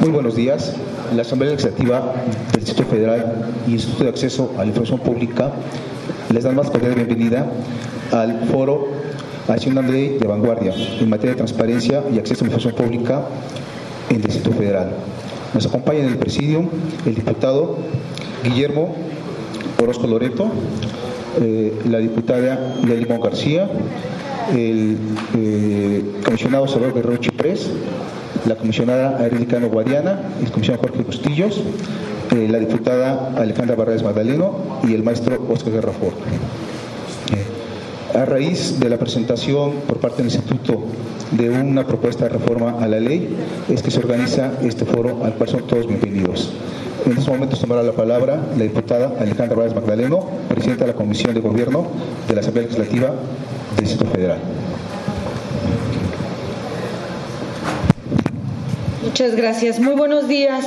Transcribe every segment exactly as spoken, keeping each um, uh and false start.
Muy buenos días. La Asamblea Legislativa del Distrito Federal y el Instituto de Acceso a la Información Pública les dan más cordial bienvenida al foro Acción de Ley de Vanguardia en materia de transparencia y acceso a la información pública en el Distrito Federal. Nos acompaña en el presidio el diputado Guillermo Orozco Loreto, eh, la diputada Lía Limón García, el eh, comisionado Salvador Guerrero Chiprés, la comisionada Arelicano Guadiana, el comisionado Jorge Bustillos, eh, la diputada Alejandra Barrales Magdaleno y el maestro Oscar Guerra Ford. Eh, a raíz de la presentación por parte del Instituto de una propuesta de reforma a la ley, es que se organiza este foro al cual son todos bienvenidos. En estos momentos tomará la palabra la diputada Alejandra Barrales Magdaleno, presidenta de la Comisión de Gobierno de la Asamblea Legislativa del Distrito Federal. Muchas gracias. Muy buenos días.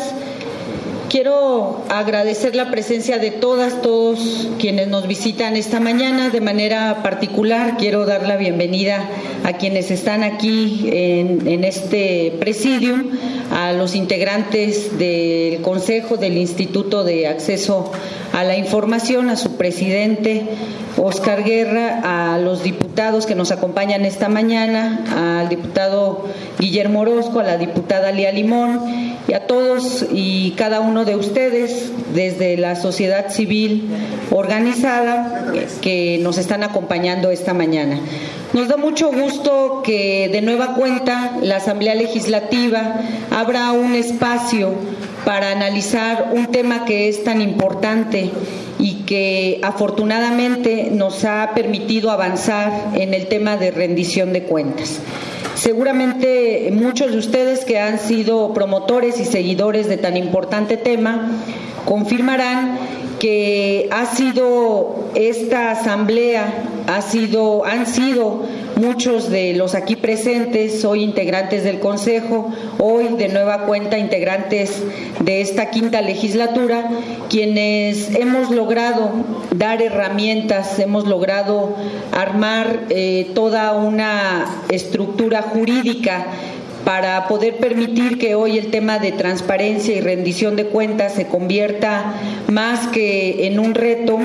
Quiero agradecer la presencia de todas, todos quienes nos visitan esta mañana. De manera particular, quiero dar la bienvenida a quienes están aquí en, en este presidium, a los integrantes del Consejo del Instituto de Acceso a la Información, a su presidente, Oscar Guerra, a los diputados que nos acompañan esta mañana, al diputado Guillermo Orozco, a la diputada Lía Limón, y a todos y cada uno de ustedes desde la sociedad civil organizada que nos están acompañando esta mañana. Nos da mucho gusto que de nueva cuenta la Asamblea Legislativa abra un espacio para analizar un tema que es tan importante y que afortunadamente nos ha permitido avanzar en el tema de rendición de cuentas. Seguramente muchos de ustedes que han sido promotores y seguidores de tan importante tema confirmarán que ha sido esta asamblea, ha sido, han sido muchos de los aquí presentes, hoy integrantes del Consejo, hoy de nueva cuenta integrantes de esta quinta legislatura, quienes hemos logrado dar herramientas, hemos logrado armar eh, toda una estructura jurídica para poder permitir que hoy el tema de transparencia y rendición de cuentas se convierta más que en un reto,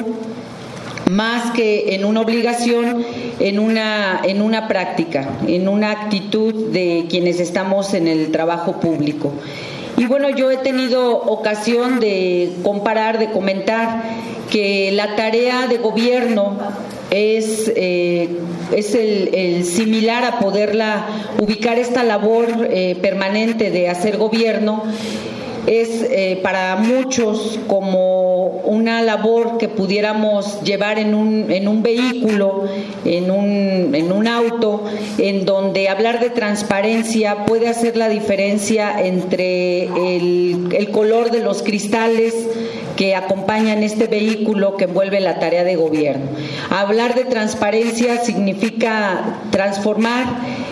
más que en una obligación, en una, en una práctica, en una actitud de quienes estamos en el trabajo público. Y bueno, yo he tenido ocasión de comparar, de comentar que la tarea de gobierno es, eh, es el, el similar a poderla ubicar esta labor eh, permanente de hacer gobierno. Es eh, para muchos como una labor que pudiéramos llevar en un, en un vehículo, en un, en un auto, en donde hablar de transparencia puede hacer la diferencia entre el, el color de los cristales que acompañan este vehículo que envuelve la tarea de gobierno. Hablar de transparencia significa transformar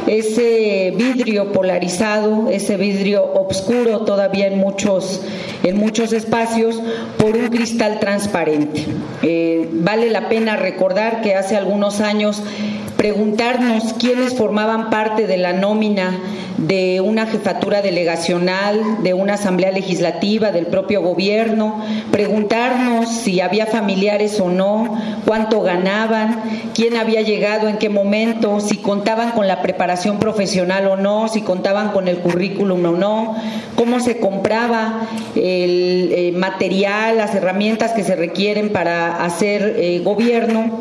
ese vidrio polarizado, ese vidrio oscuro todavía en muchos, en muchos espacios, por un cristal transparente. Eh, vale la pena recordar que hace algunos años preguntarnos quiénes formaban parte de la nómina de una jefatura delegacional, de una asamblea legislativa, del propio gobierno, preguntarnos si había familiares o no, cuánto ganaban, quién había llegado, en qué momento, si contaban con la preparación profesional o no, si contaban con el currículum o no, cómo se compraba el eh, material, las herramientas que se requieren para hacer eh, gobierno,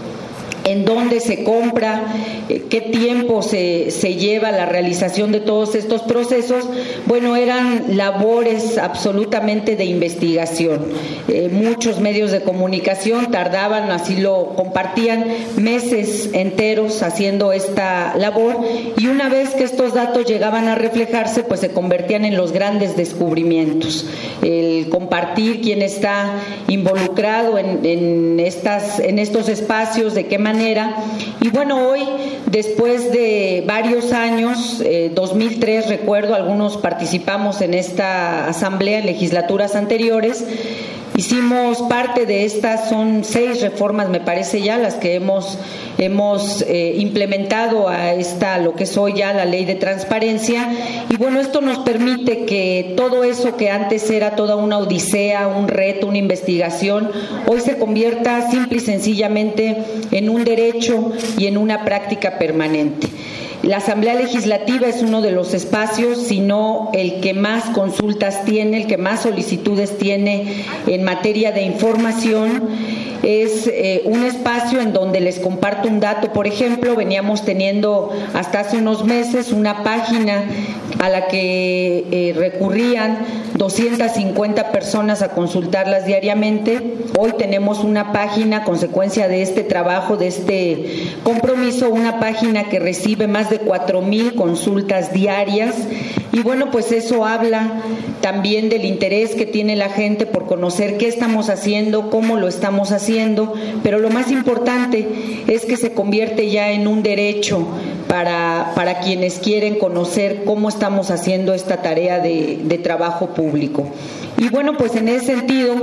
en dónde se compra, qué tiempo se, se lleva la realización de todos estos procesos. Bueno, eran labores absolutamente de investigación. Eh, muchos medios de comunicación tardaban, así lo compartían, meses enteros haciendo esta labor, y una vez que estos datos llegaban a reflejarse, pues se convertían en los grandes descubrimientos. El compartir quién está involucrado en, en, estas, en estos espacios, de qué manera. Y bueno, hoy, después de varios años, eh, dos mil tres, recuerdo, algunos participamos en esta asamblea en legislaturas anteriores, Hicimos parte de estas, son seis reformas, me parece ya, las que hemos, hemos eh, implementado a esta, lo que es hoy ya la Ley de Transparencia. Y bueno, esto nos permite que todo eso que antes era toda una odisea, un reto, una investigación, hoy se convierta simple y sencillamente en un derecho y en una práctica permanente. La Asamblea Legislativa es uno de los espacios, si no el que más consultas tiene, el que más solicitudes tiene en materia de información. Es eh, un espacio en donde les comparto un dato. Por ejemplo, veníamos teniendo hasta hace unos meses una página a la que eh, recurrían doscientas cincuenta personas a consultarlas diariamente. Hoy tenemos una página, consecuencia de este trabajo, de este compromiso, una página que recibe más de cuatro mil consultas diarias. Y bueno, pues eso habla también del interés que tiene la gente por conocer qué estamos haciendo, cómo lo estamos haciendo, pero lo más importante es que se convierte ya en un derecho para, para quienes quieren conocer cómo estamos haciendo esta tarea de, de trabajo público. Y bueno, pues en ese sentido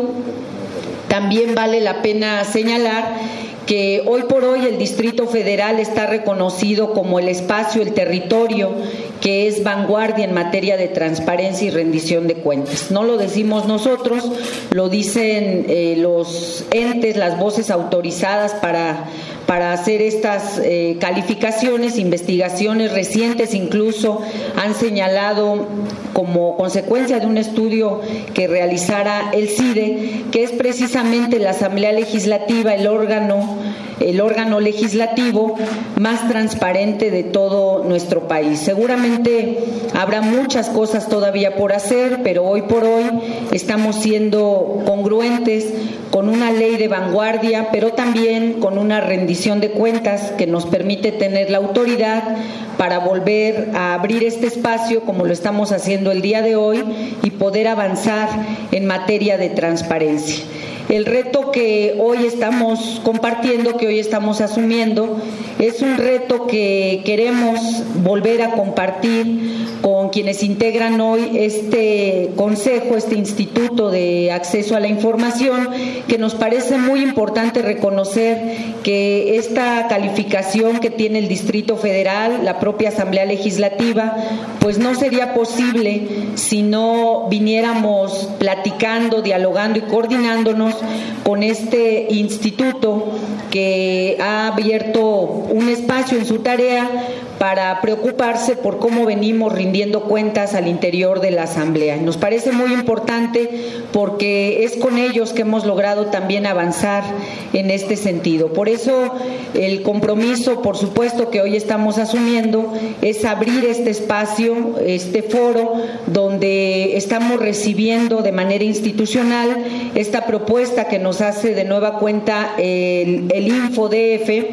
también vale la pena señalar que hoy por hoy el Distrito Federal está reconocido como el espacio, el territorio que es vanguardia en materia de transparencia y rendición de cuentas. No lo decimos nosotros, lo dicen eh, los entes, las voces autorizadas para, para hacer estas eh, calificaciones, investigaciones recientes incluso han señalado como consecuencia de un estudio que realizara el C I D E, que es precisamente la Asamblea Legislativa el órgano, el órgano legislativo más transparente de todo nuestro país. Seguramente habrá muchas cosas todavía por hacer, pero hoy por hoy estamos siendo congruentes con una ley de vanguardia, pero también con una rendición de cuentas que nos permite tener la autoridad para volver a abrir este espacio como lo estamos haciendo el día de hoy y poder avanzar en materia de transparencia. El reto que hoy estamos compartiendo, que hoy estamos asumiendo, es un reto que queremos volver a compartir con quienes integran hoy este consejo, este Instituto de Acceso a la Información, que nos parece muy importante reconocer que esta calificación que tiene el Distrito Federal, la propia Asamblea Legislativa, pues no sería posible si no viniéramos platicando, dialogando y coordinándonos con este instituto que ha abierto un espacio en su tarea para preocuparse por cómo venimos rindiendo cuentas al interior de la Asamblea. Nos parece muy importante porque es con ellos que hemos logrado también avanzar en este sentido. Por eso el compromiso, por supuesto, que hoy estamos asumiendo es abrir este espacio, este foro, donde estamos recibiendo de manera institucional esta propuesta que nos hace de nueva cuenta el, el InfoDF,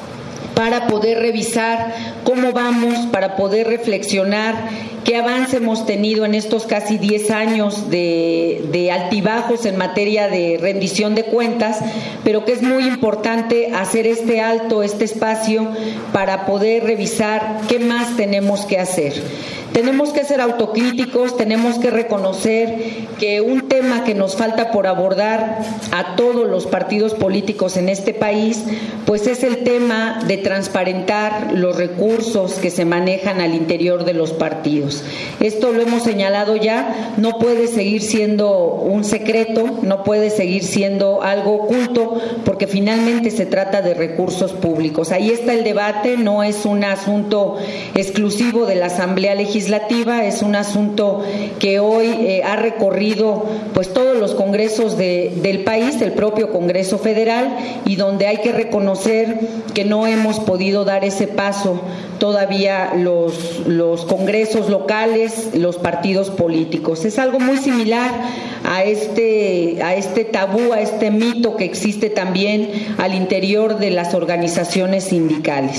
para poder revisar cómo vamos, para poder reflexionar qué avance hemos tenido en estos casi diez años de, de altibajos en materia de rendición de cuentas, pero que es muy importante hacer este alto, este espacio, para poder revisar qué más tenemos que hacer. Tenemos que ser autocríticos, tenemos que reconocer que un tema que nos falta por abordar a todos los partidos políticos en este país, pues es el tema de transparentar los recursos que se manejan al interior de los partidos. Esto lo hemos señalado ya, no puede seguir siendo un secreto, no puede seguir siendo algo oculto, porque finalmente se trata de recursos públicos. Ahí está el debate, no es un asunto exclusivo de la Asamblea Legislativa, es un asunto que hoy eh, ha recorrido pues todos los congresos de, del país, el propio Congreso Federal, y donde hay que reconocer que no hemos podido dar ese paso todavía los, los congresos locales, los partidos políticos. Es algo muy similar a este, a este tabú, a este mito que existe también al interior de las organizaciones sindicales.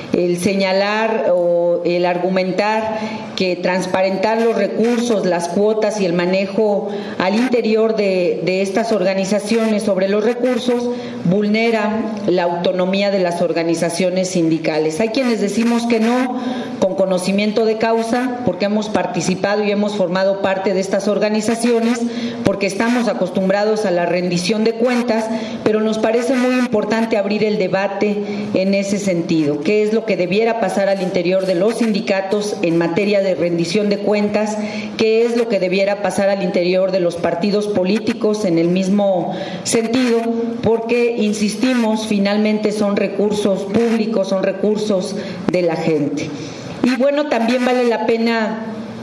el señalar o el argumentar que transparentar los recursos, las cuotas y el manejo al interior de, de estas organizaciones sobre los recursos vulnera la autonomía de las organizaciones sindicales. Hay quienes decimos que no, con conocimiento de causa, porque hemos participado y hemos formado parte de estas organizaciones, porque estamos acostumbrados a la rendición de cuentas, pero nos parece muy importante abrir el debate en ese sentido. ¿Qué es lo que debiera pasar al interior de los sindicatos en materia de rendición de cuentas? ¿Qué es lo que debiera pasar al interior de los partidos políticos en el mismo sentido? Porque, insistimos, finalmente son recursos públicos, son recursos de la gente. Y bueno, también vale la pena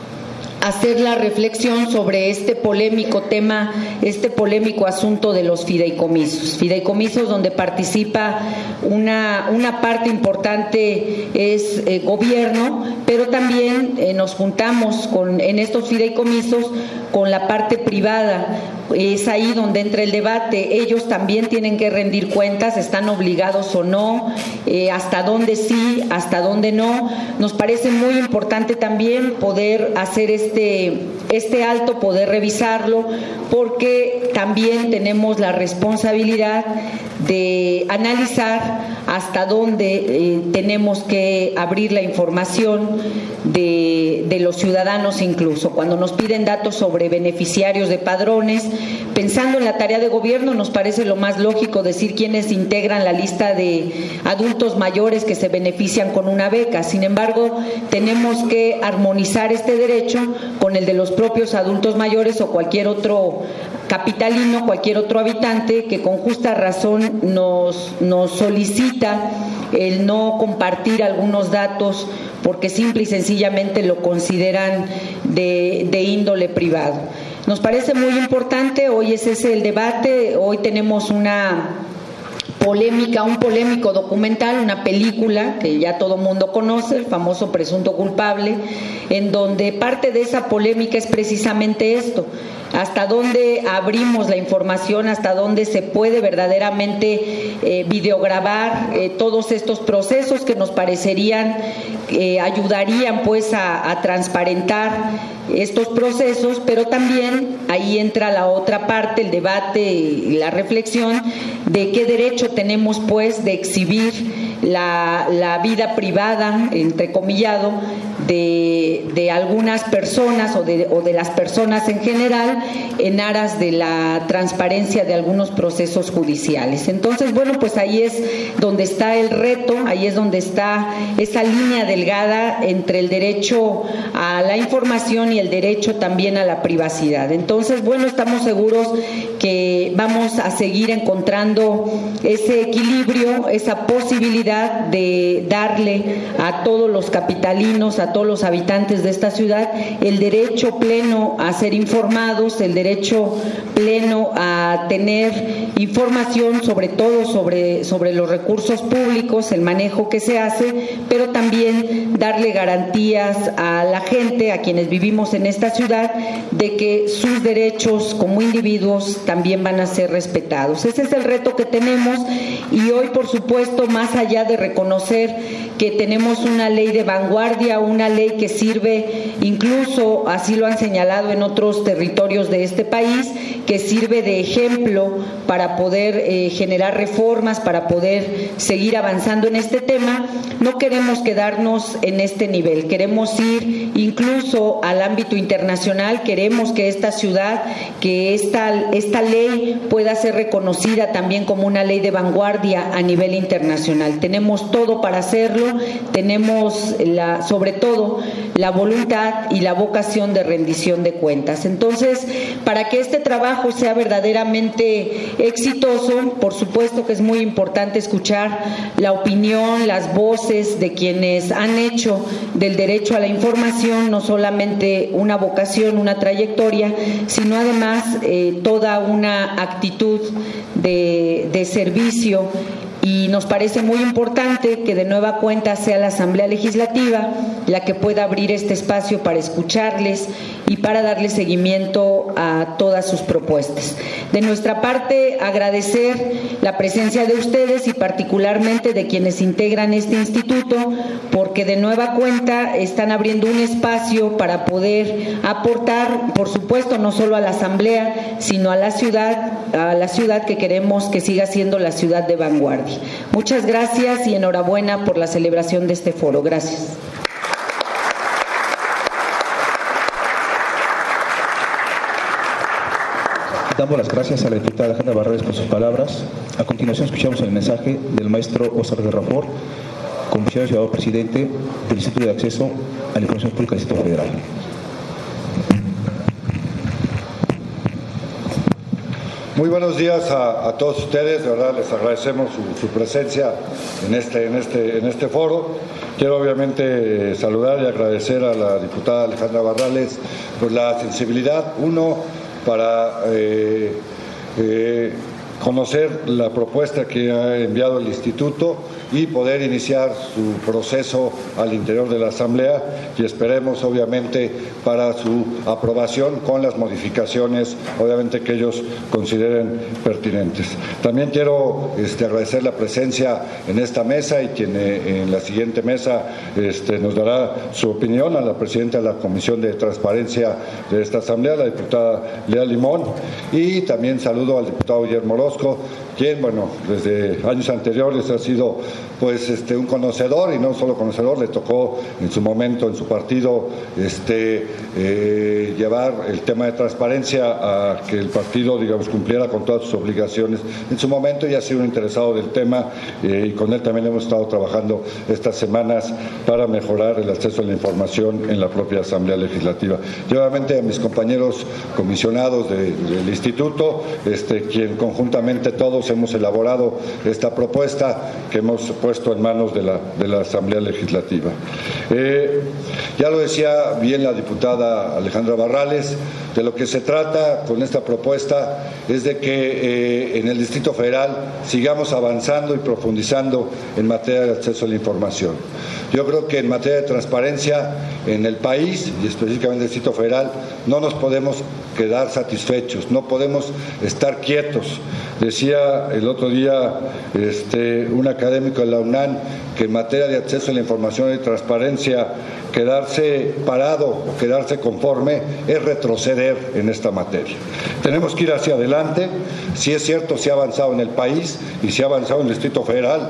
hacer la reflexión sobre este polémico tema, este polémico asunto de los fideicomisos. Fideicomisos donde participa una, una parte importante es eh, gobierno, pero también eh, nos juntamos con, en estos fideicomisos con la parte privada. Es ahí donde entra el debate. Ellos también tienen que rendir cuentas, están obligados o no, eh, hasta dónde sí, hasta dónde no. Nos parece muy importante también poder hacer este Este, este alto, poder revisarlo, porque también tenemos la responsabilidad de analizar hasta dónde eh, tenemos que abrir la información de, de los ciudadanos, incluso cuando nos piden datos sobre beneficiarios de padrones. Pensando en la tarea de gobierno, nos parece lo más lógico decir quiénes integran la lista de adultos mayores que se benefician con una beca. Sin embargo, tenemos que armonizar este derecho con el de los propios adultos mayores o cualquier otro capitalino, cualquier otro habitante que con justa razón nos, nos solicita el no compartir algunos datos porque simple y sencillamente lo consideran de, de índole privado. Nos parece muy importante, hoy es ese el debate, hoy tenemos una polémica, un polémico documental, una película que ya todo mundo conoce, el famoso Presunto Culpable, en donde parte de esa polémica es precisamente esto: hasta dónde abrimos la información, hasta dónde se puede verdaderamente eh, videograbar eh, todos estos procesos que nos parecerían eh, ayudarían pues a, a transparentar estos procesos, pero también ahí entra la otra parte, el debate y la reflexión de qué derecho tenemos pues de exhibir la, la vida privada, entrecomillado, de, de algunas personas o de, o de las personas en general en aras de la transparencia de algunos procesos judiciales. Entonces, bueno, pues ahí es donde está el reto, ahí es donde está esa línea delgada entre el derecho a la información y el derecho también a la privacidad. Entonces, bueno, estamos seguros que vamos a seguir encontrando ese equilibrio, esa posibilidad de darle a todos los capitalinos, a todos los habitantes de esta ciudad, el derecho pleno a ser informados, el derecho pleno a tener información, sobre todo sobre, sobre los recursos públicos, el manejo que se hace, pero también darle garantías a la gente, a quienes vivimos en esta ciudad, de que sus derechos como individuos también van a ser respetados. Ese es el reto que tenemos, y hoy, por supuesto, más allá de reconocer que tenemos una ley de vanguardia, una ley que sirve, incluso así lo han señalado en otros territorios de este país, que sirve de ejemplo para poder eh, generar reformas, para poder seguir avanzando en este tema, no queremos quedarnos en este nivel, queremos ir incluso al ámbito internacional, queremos que esta ciudad, que esta, esta ley pueda ser reconocida también como una ley de vanguardia a nivel internacional. Tenemos todo para hacerlo, tenemos la, sobre todo la voluntad y la vocación de rendición de cuentas. Entonces, para que este trabajo sea verdaderamente exitoso, por supuesto que es muy importante escuchar la opinión, las voces de quienes han hecho del derecho a la información no solamente una vocación, una trayectoria, sino además eh, toda una actitud de, de servicio y nos parece muy importante que de nueva cuenta sea la Asamblea Legislativa la que pueda abrir este espacio para escucharles y para darle seguimiento a todas sus propuestas. De nuestra parte, agradecer la presencia de ustedes y particularmente de quienes integran este instituto, porque de nueva cuenta están abriendo un espacio para poder aportar, por supuesto, no solo a la Asamblea, sino a la ciudad, a la ciudad que queremos que siga siendo la ciudad de vanguardia. Muchas gracias y enhorabuena por la celebración de este foro. Gracias. Damos las gracias a la diputada Alejandra Barrales por sus palabras. A continuación escuchamos el mensaje del maestro Óscar Guerra Fort, comisionado ciudadano presidente del Instituto de Acceso a la Información Pública del Distrito Federal. Muy buenos días a, a todos ustedes, de verdad les agradecemos su, su presencia en este, en, este, en este foro. Quiero obviamente eh, saludar y agradecer a la diputada Alejandra Barrales por la sensibilidad, uno, para eh, eh, conocer la propuesta que ha enviado el Instituto y poder iniciar su proceso al interior de la Asamblea, y esperemos obviamente para su aprobación con las modificaciones obviamente que ellos consideren pertinentes. También quiero este, agradecer la presencia en esta mesa y quien eh, en la siguiente mesa este, nos dará su opinión, a la presidenta de la Comisión de Transparencia de esta Asamblea, la diputada Lea Limón, y también saludo al diputado Guillermo Orozco, quien, bueno, desde años anteriores ha sido pues este un conocedor, y no solo conocedor, le tocó en su momento en su partido este eh, llevar el tema de transparencia a que el partido, digamos, cumpliera con todas sus obligaciones en su momento, y ha sido un interesado del tema, eh, y con él también hemos estado trabajando estas semanas para mejorar el acceso a la información en la propia Asamblea Legislativa. Y obviamente a mis compañeros comisionados de, del Instituto, este quien conjuntamente todos hemos elaborado esta propuesta que hemos puesto en manos de la, de la Asamblea Legislativa. Eh, ya lo decía bien la diputada Alejandra Barrales, de lo que se trata con esta propuesta es de que eh, en el Distrito Federal sigamos avanzando y profundizando en materia de acceso a la información. Yo creo que en materia de transparencia en el país y específicamente en el Distrito Federal no nos podemos quedar satisfechos, no podemos estar quietos. Decía el otro día este, un académico de la UNAM que en materia de acceso a la información y transparencia quedarse parado o quedarse conforme es retroceder en esta materia. Tenemos que ir hacia adelante. Si es cierto, se ha avanzado en el país y se ha avanzado en el Distrito Federal,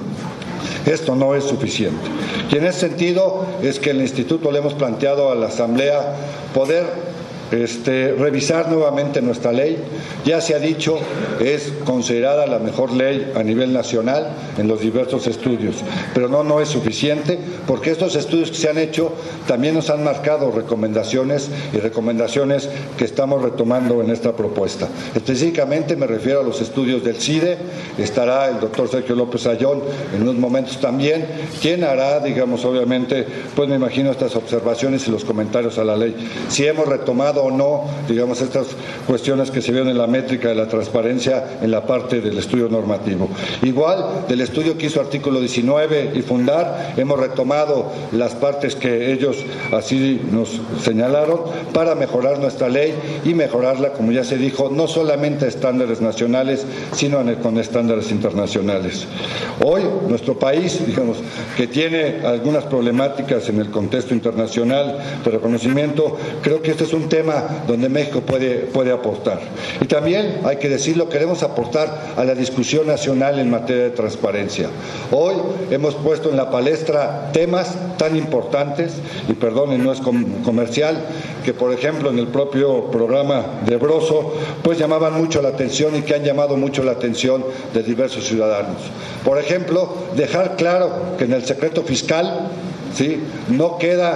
esto no es suficiente. Y en ese sentido es que el Instituto le hemos planteado a la Asamblea poder Este, revisar nuevamente nuestra ley. Ya se ha dicho, es considerada la mejor ley a nivel nacional en los diversos estudios, pero no, no es suficiente, porque estos estudios que se han hecho también nos han marcado recomendaciones y recomendaciones que estamos retomando en esta propuesta. Específicamente me refiero a los estudios del C I D E, estará el doctor Sergio López Ayón en unos momentos también, quien hará, digamos, obviamente, pues me imagino estas observaciones y los comentarios a la ley. Si hemos retomado o no, digamos, estas cuestiones que se vieron en la métrica de la transparencia en la parte del estudio normativo. Igual, del estudio que hizo artículo diecinueve y Fundar, hemos retomado las partes que ellos así nos señalaron para mejorar nuestra ley y mejorarla, como ya se dijo, no solamente a estándares nacionales, sino con estándares internacionales. Hoy, nuestro país, digamos, que tiene algunas problemáticas en el contexto internacional de reconocimiento, creo que este es un tema donde México puede, puede aportar. Y también, hay que decirlo, queremos aportar a la discusión nacional en materia de transparencia. Hoy hemos puesto en la palestra temas tan importantes, y perdonen, no es comercial, que por ejemplo en el propio programa de Broso, pues llamaban mucho la atención y que han llamado mucho la atención de diversos ciudadanos. Por ejemplo, dejar claro que en el secreto fiscal, ¿sí?, no queda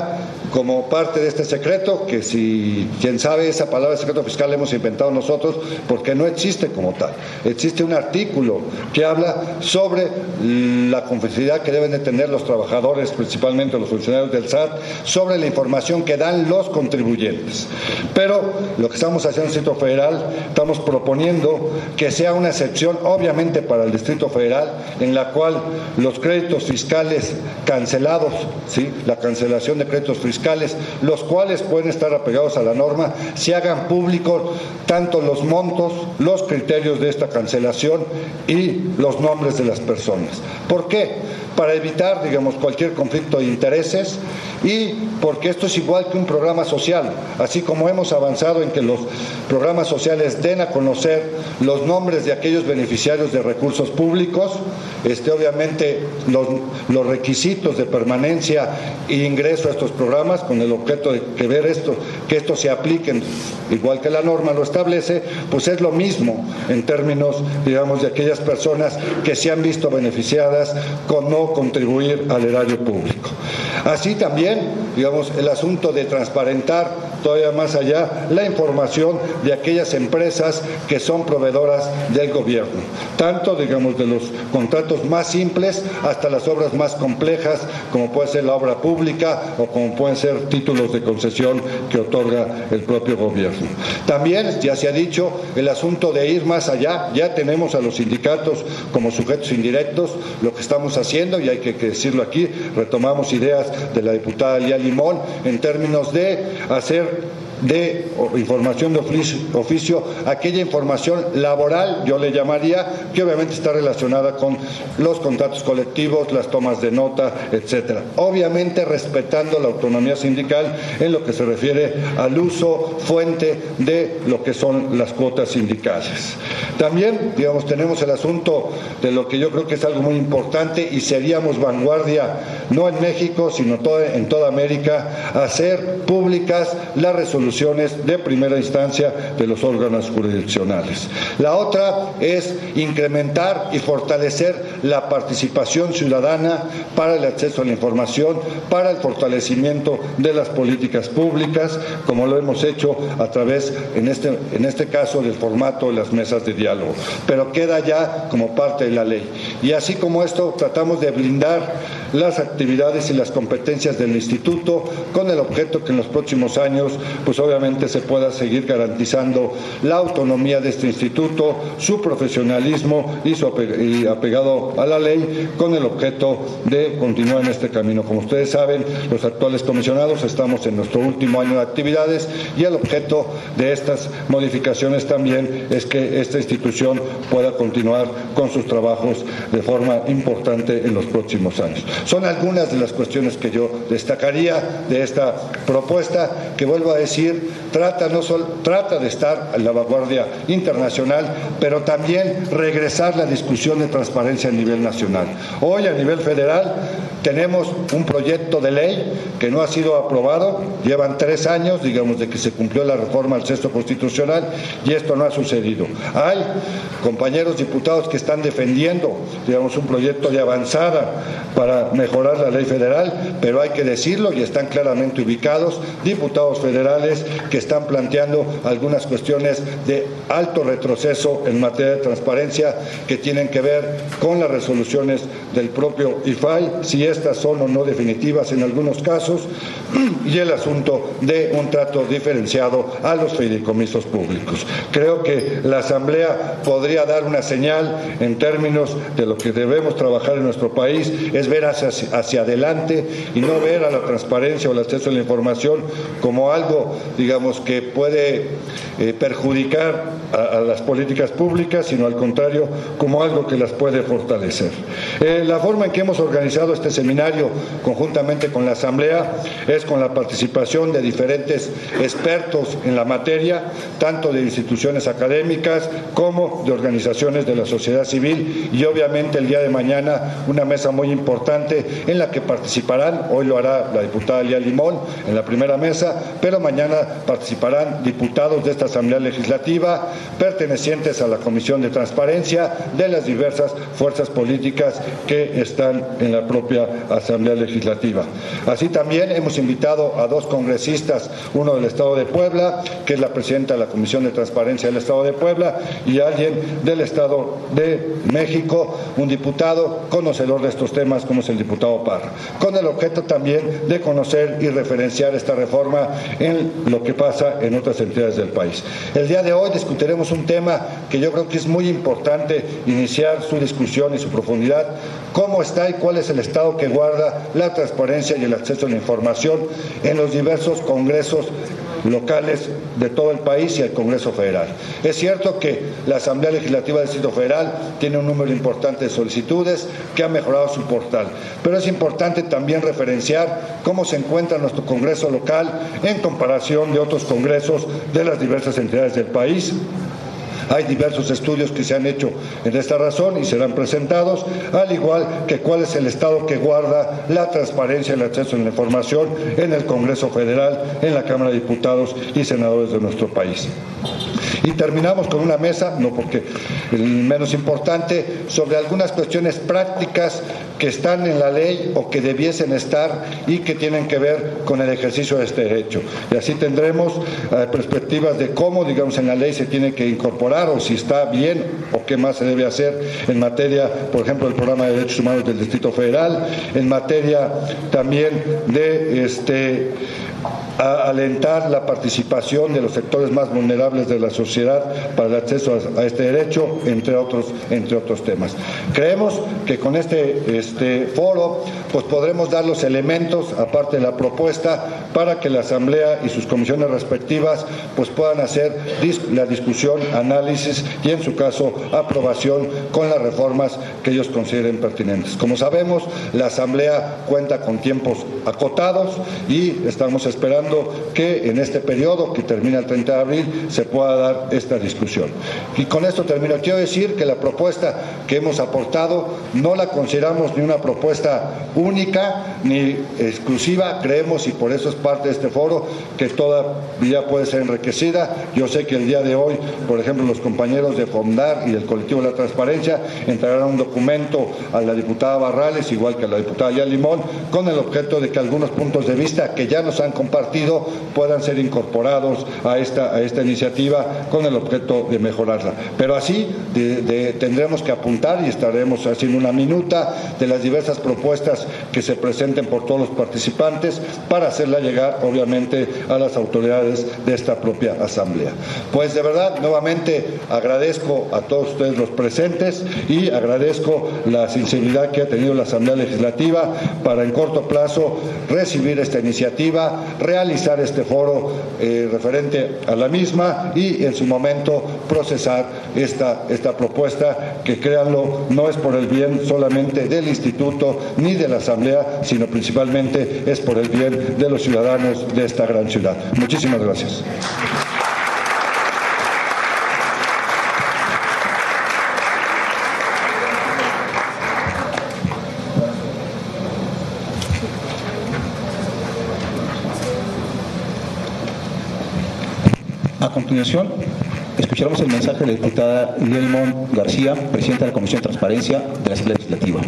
como parte de este secreto, que si quien sabe esa palabra secreto fiscal la hemos inventado nosotros, porque no existe como tal. Existe un artículo que habla sobre la confidencialidad que deben de tener los trabajadores, principalmente los funcionarios del S A T, sobre la información que dan los contribuyentes. Pero lo que estamos haciendo en el Distrito Federal, estamos proponiendo que sea una excepción, obviamente para el Distrito Federal, en la cual los créditos fiscales cancelados, ¿sí?, la cancelación de créditos fiscales, los cuales pueden estar apegados a la norma, se hagan públicos tanto los montos, los criterios de esta cancelación y los nombres de las personas. ¿Por qué? Para evitar, digamos, cualquier conflicto de intereses y porque esto es igual que un programa social, así como hemos avanzado en que los programas sociales den a conocer los nombres de aquellos beneficiarios de recursos públicos, este, obviamente los, los requisitos de permanencia e ingreso a estos programas con el objeto de que ver esto, que esto se apliquen igual que la norma lo establece, pues es lo mismo en términos, digamos, de aquellas personas que se han visto beneficiadas con no contribuir al erario público. Así también, digamos, el asunto de transparentar todavía más allá la información de aquellas empresas que son proveedoras del gobierno, tanto, digamos, de los contratos más simples hasta las obras más complejas, como puede ser la obra pública o como pueden ser títulos de concesión que otorga el propio gobierno. También, ya se ha dicho, el asunto de ir más allá, ya tenemos a los sindicatos como sujetos indirectos, lo que estamos haciendo, y hay que, que decirlo aquí, retomamos ideas de la diputada Lía Limón en términos de hacer de información de oficio, oficio, aquella información laboral, yo le llamaría, que obviamente está relacionada con los contratos colectivos, las tomas de nota, etcétera. Obviamente respetando la autonomía sindical en lo que se refiere al uso fuente de lo que son las cuotas sindicales. También, digamos, tenemos el asunto de lo que yo creo que es algo muy importante y seríamos vanguardia, no en México, sino toda, en toda América, hacer públicas las resoluciones de primera instancia de los órganos jurisdiccionales. La otra es incrementar y fortalecer la participación ciudadana para el acceso a la información, para el fortalecimiento de las políticas públicas, como lo hemos hecho a través, en este, en este caso, del formato de las mesas de diálogo, pero queda ya como parte de la ley. Y así como esto, tratamos de blindar las actividades y las competencias del Instituto con el objeto que en los próximos años, pues obviamente se pueda seguir garantizando la autonomía de este instituto, su profesionalismo y su apegado a la ley, con el objeto de continuar en este camino. Como ustedes saben, los actuales comisionados estamos en nuestro último año de actividades y el objeto de estas modificaciones también es que esta institución pueda continuar con sus trabajos de forma importante en los próximos años. Son algunas de las cuestiones que yo destacaría de esta propuesta, que vuelvo a decir, trata no solo trata de estar en la vanguardia internacional, pero también regresar la discusión de transparencia a nivel nacional. Hoy a nivel federal tenemos un proyecto de ley que no ha sido aprobado, llevan tres años, digamos, de que se cumplió la reforma al sexto constitucional y esto no ha sucedido. Hay compañeros diputados que están defendiendo, digamos, un proyecto de avanzada para mejorar la ley federal, pero hay que decirlo y están claramente ubicados diputados federales que están planteando algunas cuestiones de alto retroceso en materia de transparencia que tienen que ver con las resoluciones del propio I F A I, si estas son o no definitivas en algunos casos, y el asunto de un trato diferenciado a los fideicomisos públicos. Creo que la Asamblea podría dar una señal en términos de lo que debemos trabajar en nuestro país, es ver hacia, hacia adelante y no ver a la transparencia o el acceso a la información como algo, digamos, que puede eh, perjudicar a, a las políticas públicas, sino al contrario, como algo que las puede fortalecer. Eh, la forma en que hemos organizado este seminario conjuntamente con la Asamblea es con la participación de diferentes expertos en la materia, tanto de instituciones académicas como de organizaciones de la sociedad civil, y obviamente el día de mañana una mesa muy importante en la que participarán, hoy lo hará la diputada Lía Limón en la primera mesa, pero mañana mañana participarán diputados de esta Asamblea Legislativa pertenecientes a la Comisión de Transparencia de las diversas fuerzas políticas que están en la propia Asamblea Legislativa. Así también hemos invitado a dos congresistas, uno del Estado de Puebla, que es la presidenta de la Comisión de Transparencia del Estado de Puebla, y alguien del Estado de México, un diputado conocedor de estos temas como es el diputado Parra, con el objeto también de conocer y referenciar esta reforma en lo que pasa en otras entidades del país. El día de hoy discutiremos un tema que yo creo que es muy importante iniciar su discusión y su profundidad: cómo está y cuál es el estado que guarda la transparencia y el acceso a la información en los diversos congresos locales de todo el país y el Congreso Federal. Es cierto que la Asamblea Legislativa del Distrito Federal tiene un número importante de solicitudes, que ha mejorado su portal, pero es importante también referenciar cómo se encuentra nuestro Congreso local en comparación de otros congresos de las diversas entidades del país. Hay diversos estudios que se han hecho en esta razón y serán presentados, al igual que cuál es el estado que guarda la transparencia y el acceso a la información en el Congreso Federal, en la Cámara de Diputados y Senadores de nuestro país. Y terminamos con una mesa, no porque el menos importante, sobre algunas cuestiones prácticas que están en la ley o que debiesen estar y que tienen que ver con el ejercicio de este derecho. Y así tendremos eh, perspectivas de cómo, digamos, en la ley se tiene que incorporar, o si está bien o qué más se debe hacer en materia, por ejemplo, del Programa de Derechos Humanos del Distrito Federal, en materia también de este a alentar la participación de los sectores más vulnerables de la sociedad para el acceso a, a este derecho, entre otros, entre otros temas. Creemos que con este, este foro pues podremos dar los elementos, aparte de la propuesta, para que la Asamblea y sus comisiones respectivas pues puedan hacer dis la discusión, análisis y, en su caso, aprobación con las reformas que ellos consideren pertinentes. Como sabemos, la Asamblea cuenta con tiempos acotados y estamos esperando que en este periodo, que termina el treinta de abril, se pueda dar esta discusión. Y con esto termino. Quiero decir que la propuesta que hemos aportado no la consideramos ni una propuesta única ni exclusiva. Creemos, y por eso es parte de este foro, que todavía puede ser enriquecida. Yo sé que el día de hoy, por ejemplo, los compañeros de Fondar y del Colectivo de la Transparencia entregarán un documento a la diputada Barrales, igual que a la diputada Yal Limón, con el objeto de que algunos puntos de vista que ya nos han compartido puedan ser incorporados a esta, a esta iniciativa con el objeto de mejorarla. Pero así de, de, tendremos que apuntar y estaremos haciendo una minuta de las diversas propuestas que se presenten por todos los participantes para hacerla llegar, obviamente, a las autoridades de esta propia Asamblea. Pues de verdad, nuevamente agradezco a todos ustedes los presentes y agradezco la sensibilidad que ha tenido la Asamblea Legislativa para en corto plazo recibir esta iniciativa, realizar este foro eh, referente a la misma y en su momento procesar esta, esta propuesta que, créanlo, no es por el bien solamente del Instituto ni de la Asamblea, sino principalmente es por el bien de los ciudadanos de esta gran ciudad. Muchísimas gracias. A continuación, escucharemos el mensaje de la diputada Yal Limón García, presidenta de la Comisión de Transparencia de la Asamblea Legislativa.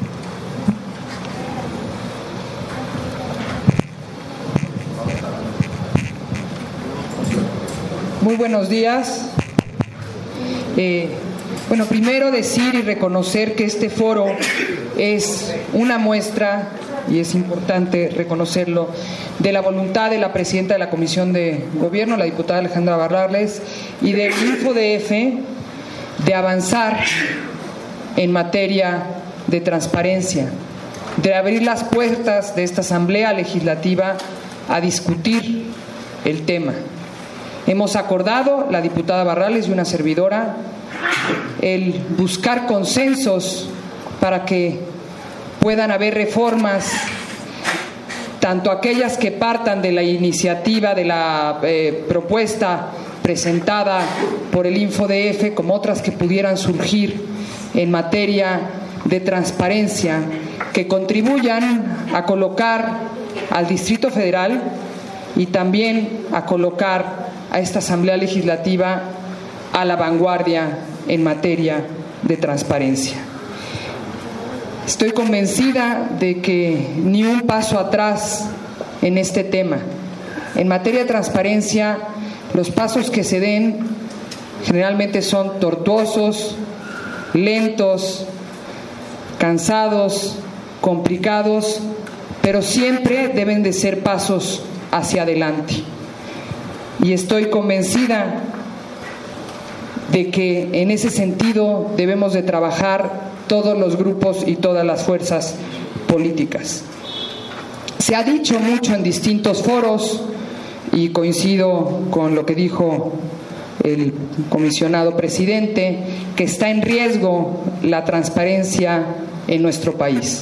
Muy buenos días. Eh, bueno, primero decir y reconocer que este foro es una muestra, y es importante reconocerlo, de la voluntad de la presidenta de la Comisión de Gobierno, la diputada Alejandra Barrales, y del InfoDF de avanzar en materia de transparencia, de abrir las puertas de esta Asamblea Legislativa a discutir el tema. Hemos acordado, la diputada Barrales y una servidora, el buscar consensos para que puedan haber reformas, tanto aquellas que partan de la iniciativa, de la eh, propuesta presentada por el InfoDF, como otras que pudieran surgir en materia de transparencia, que contribuyan a colocar al Distrito Federal y también a colocar a esta Asamblea Legislativa a la vanguardia en materia de transparencia. Estoy convencida de que ni un paso atrás en este tema. En materia de transparencia, los pasos que se den generalmente son tortuosos, lentos, cansados, complicados, pero siempre deben de ser pasos hacia adelante. Y estoy convencida de que en ese sentido debemos de trabajar todos los grupos y todas las fuerzas políticas. Se ha dicho mucho en distintos foros, y coincido con lo que dijo el comisionado presidente, que está en riesgo la transparencia en nuestro país.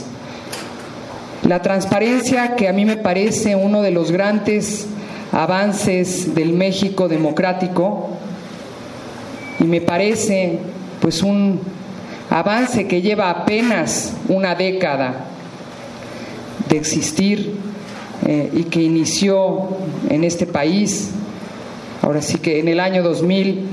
La transparencia, que a mí me parece uno de los grandes avances del México democrático, y me parece pues un avance que lleva apenas una década de existir eh, y que inició en este país, ahora sí que en el año dos mil,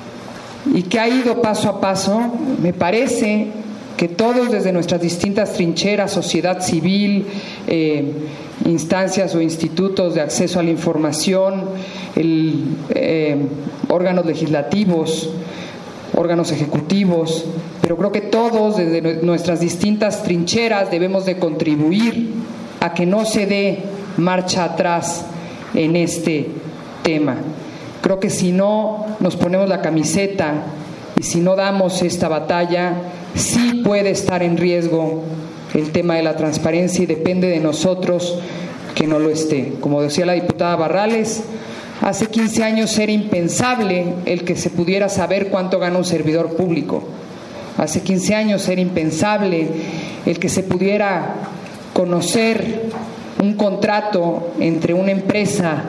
y que ha ido paso a paso. Me parece que todos desde nuestras distintas trincheras, sociedad civil, eh, instancias o institutos de acceso a la información, el, eh, órganos legislativos, órganos ejecutivos, pero creo que todos desde nuestras distintas trincheras debemos de contribuir a que no se dé marcha atrás en este tema. Creo que si no nos ponemos la camiseta y si no damos esta batalla, sí puede estar en riesgo el tema de la transparencia, y depende de nosotros que no lo esté. Como decía la diputada Barrales, hace quince años era impensable el que se pudiera saber cuánto gana un servidor público. Hace quince años era impensable el que se pudiera conocer un contrato entre una empresa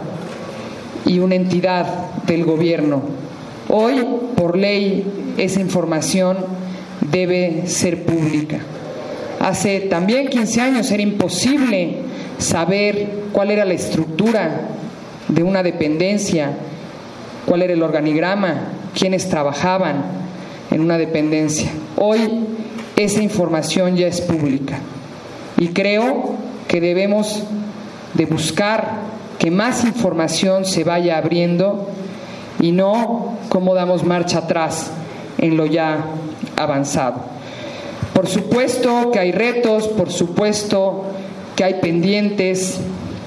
y una entidad del gobierno. Hoy, por ley, esa información debe ser pública. Hace también quince años era imposible saber cuál era la estructura de una dependencia, cuál era el organigrama, quiénes trabajaban en una dependencia. Hoy esa información ya es pública y creo que debemos de buscar que más información se vaya abriendo y no cómo damos marcha atrás en lo ya avanzado. Por supuesto que hay retos, por supuesto que hay pendientes,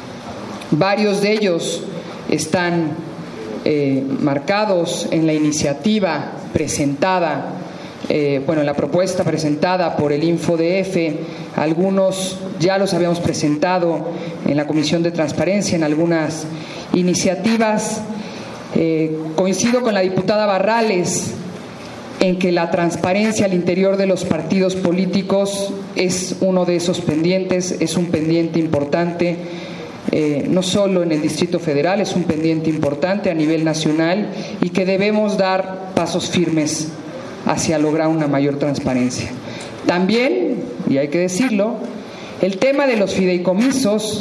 varios de ellos están eh, marcados en la iniciativa presentada, eh, bueno, en la propuesta presentada por el InfoDF. Algunos ya los habíamos presentado en la Comisión de Transparencia, en algunas iniciativas. Eh, coincido con la diputada Barrales en que la transparencia al interior de los partidos políticos es uno de esos pendientes, es un pendiente importante, eh, no solo en el Distrito Federal, es un pendiente importante a nivel nacional, y que debemos dar pasos firmes hacia lograr una mayor transparencia. También, y hay que decirlo, el tema de los fideicomisos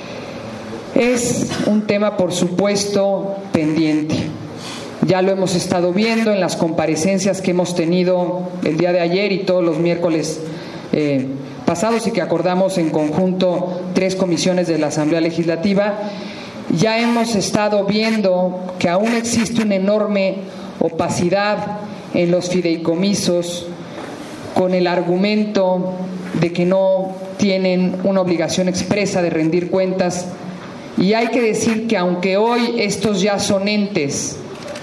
es un tema, por supuesto, pendiente. Ya lo hemos estado viendo en las comparecencias que hemos tenido el día de ayer y todos los miércoles eh, pasados, y que acordamos en conjunto tres comisiones de la Asamblea Legislativa. Ya hemos estado viendo que aún existe una enorme opacidad en los fideicomisos, con el argumento de que no tienen una obligación expresa de rendir cuentas. Y hay que decir que aunque hoy estos ya son entes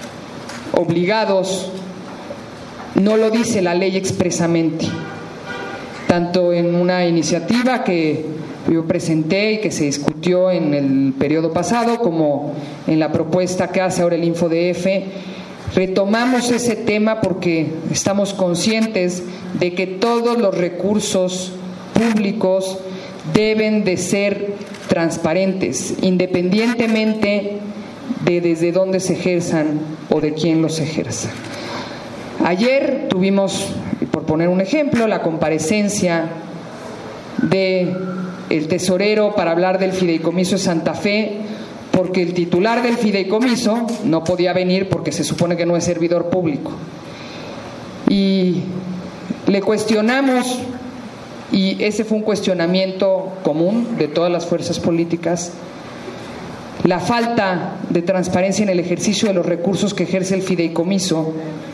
obligados, no lo dice la ley expresamente. Tanto en una iniciativa que yo presenté y que se discutió en el periodo pasado, como en la propuesta que hace ahora el InfoDF, retomamos ese tema porque estamos conscientes de que todos los recursos públicos deben de ser transparentes, independientemente de desde dónde se ejerzan o de quién los ejerza. Ayer tuvimos, por poner un ejemplo, la comparecencia de el tesorero para hablar del fideicomiso de Santa Fe, porque el titular del fideicomiso no podía venir porque se supone que no es servidor público. Y le cuestionamos, y ese fue un cuestionamiento común de todas las fuerzas políticas, la falta de transparencia en el ejercicio de los recursos que ejerce el fideicomiso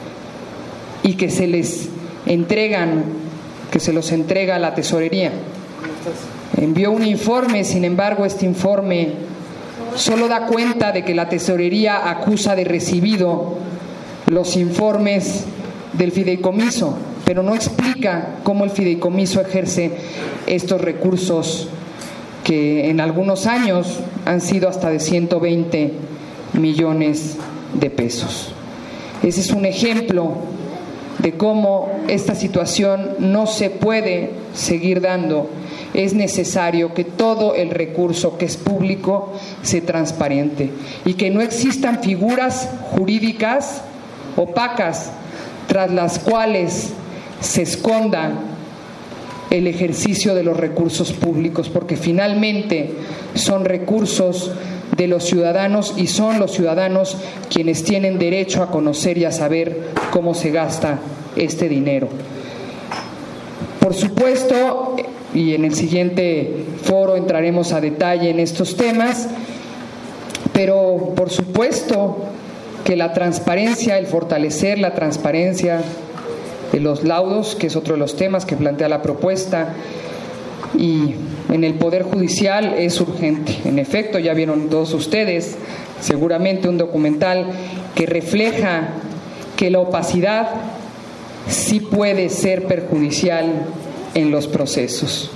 y que se les entregan, que se los entrega a la tesorería. Envió un informe, sin embargo, este informe solo da cuenta de que la tesorería acusa de recibido los informes del fideicomiso, pero no explica cómo el fideicomiso ejerce estos recursos que en algunos años han sido hasta de ciento veinte millones de pesos. Ese es un ejemplo de cómo esta situación no se puede seguir dando. Es necesario que todo el recurso que es público sea transparente y que no existan figuras jurídicas opacas tras las cuales se esconda el ejercicio de los recursos públicos, porque finalmente son recursos de los ciudadanos y son los ciudadanos quienes tienen derecho a conocer y a saber cómo se gasta este dinero. Por supuesto, y en el siguiente foro entraremos a detalle en estos temas, pero por supuesto que la transparencia, el fortalecer la transparencia de los laudos, que es otro de los temas que plantea la propuesta, y en el Poder Judicial es urgente. En efecto, ya vieron todos ustedes seguramente un documental que refleja que la opacidad sí puede ser perjudicial en los procesos.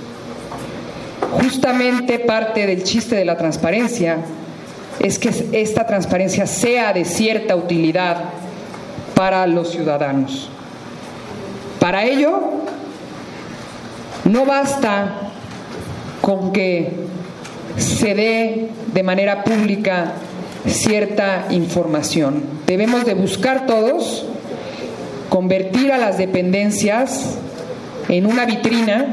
Justamente parte del chiste de la transparencia es que esta transparencia sea de cierta utilidad para los ciudadanos. Para ello, no basta con que se dé de manera pública cierta información. Debemos de buscar todos convertir a las dependencias en una vitrina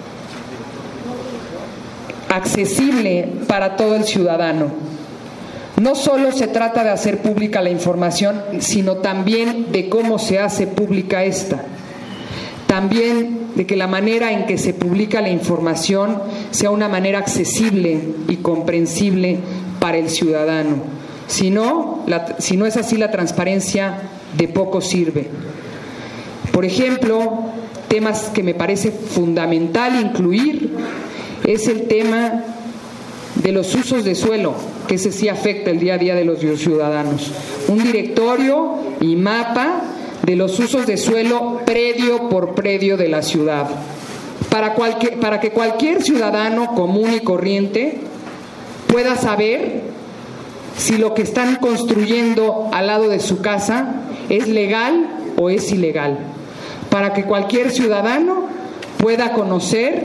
accesible para todo el ciudadano. No solo se trata de hacer pública la información, sino también de cómo se hace pública esta. También de que la manera en que se publica la información sea una manera accesible y comprensible para el ciudadano. Si no, la, si no es así, la transparencia de poco sirve. Por ejemplo, temas que me parece fundamental incluir es el tema de los usos de suelo, que ese sí afecta el día a día de los ciudadanos. Un directorio y mapa de los usos de suelo predio por predio de la ciudad, para, cualquier, para que cualquier ciudadano común y corriente pueda saber si lo que están construyendo al lado de su casa es legal o es ilegal, para que cualquier ciudadano pueda conocer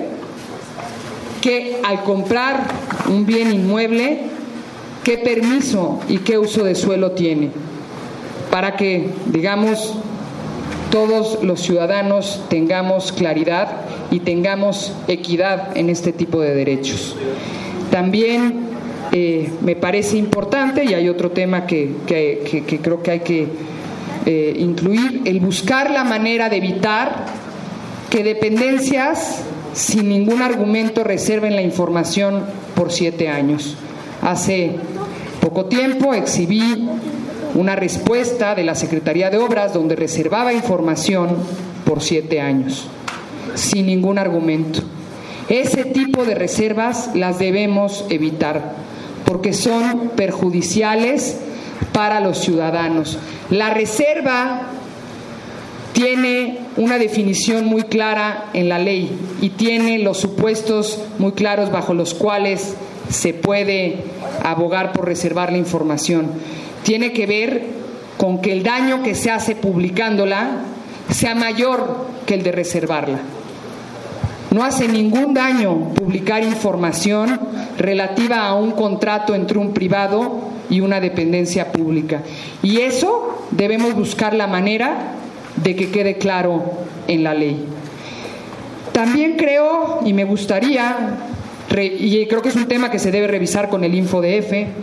que al comprar un bien inmueble, qué permiso y qué uso de suelo tiene, para que, digamos, todos los ciudadanos tengamos claridad y tengamos equidad en este tipo de derechos. También eh, me parece importante, y hay otro tema que, que, que, que creo que hay que eh, incluir, el buscar la manera de evitar que dependencias sin ningún argumento reserven la información por siete años. Hace poco tiempo exhibí una respuesta de la Secretaría de Obras donde reservaba información por siete años, sin ningún argumento. Ese tipo de reservas las debemos evitar, porque son perjudiciales para los ciudadanos. La reserva tiene una definición muy clara en la ley y tiene los supuestos muy claros bajo los cuales se puede abogar por reservar la información. Tiene que ver con que el daño que se hace publicándola sea mayor que el de reservarla. No hace ningún daño publicar información relativa a un contrato entre un privado y una dependencia pública. Y eso debemos buscar la manera de que quede claro en la ley. También creo, y me gustaría, y creo que es un tema que se debe revisar con el InfoDF,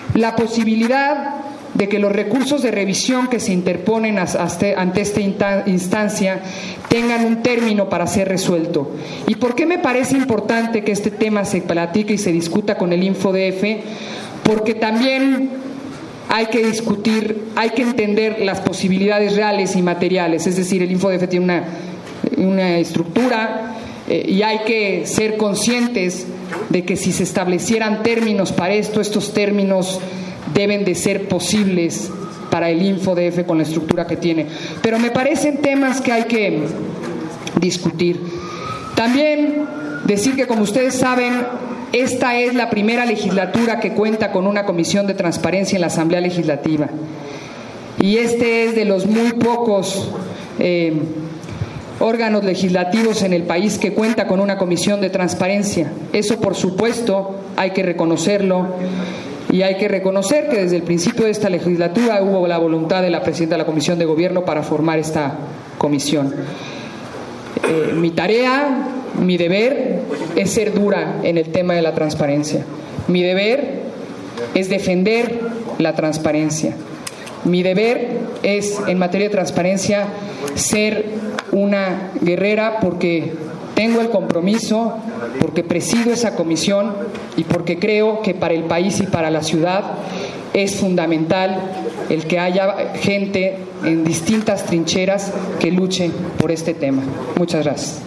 la posibilidad de que los recursos de revisión que se interponen ante esta instancia tengan un término para ser resuelto. ¿Y por qué me parece importante que este tema se platique y se discuta con el InfoDF? Porque también hay que discutir, hay que entender las posibilidades reales y materiales, es decir, el InfoDF tiene una, una estructura eh, y hay que ser conscientes de que si se establecieran términos para esto, estos términos deben de ser posibles para el InfoDF con la estructura que tiene. Pero me parecen temas que hay que discutir. También decir que, como ustedes saben, esta es la primera legislatura que cuenta con una comisión de transparencia en la Asamblea Legislativa. Y este es de los muy pocos eh, órganos legislativos en el país que cuenta con una comisión de transparencia. Eso, por supuesto, hay que reconocerlo. Y hay que reconocer que desde el principio de esta legislatura hubo la voluntad de la presidenta de la Comisión de Gobierno para formar esta comisión. Eh, mi tarea, mi deber es ser dura en el tema de la transparencia. Mi deber es defender la transparencia. Mi deber es, en materia de transparencia, ser una guerrera porque tengo el compromiso, porque presido esa comisión y porque creo que para el país y para la ciudad es fundamental el que haya gente en distintas trincheras que luche por este tema. Muchas gracias.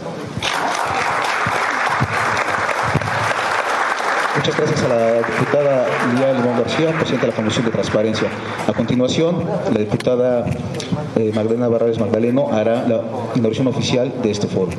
Muchas gracias a la diputada Lía Limón García, presidenta de la Comisión de Transparencia. A continuación, la diputada eh, Magdalena Barrales Magdaleno hará la inauguración oficial de este foro.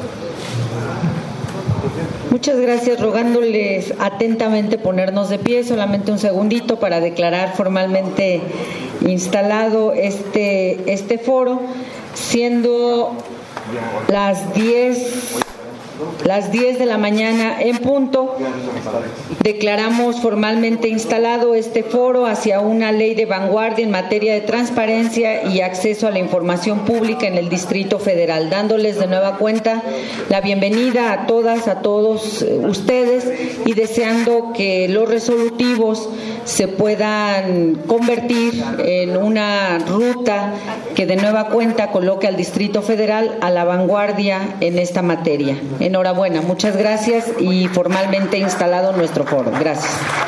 Muchas gracias, rogándoles atentamente ponernos de pie, solamente un segundito para declarar formalmente instalado este, este foro, siendo las diez Las diez de la mañana en punto, declaramos formalmente instalado este foro hacia una ley de vanguardia en materia de transparencia y acceso a la información pública en el Distrito Federal, dándoles de nueva cuenta la bienvenida a todas, a todos ustedes y deseando que los resolutivos se puedan convertir en una ruta que de nueva cuenta coloque al Distrito Federal a la vanguardia en esta materia. Enhorabuena, muchas gracias y formalmente instalado nuestro foro. Gracias.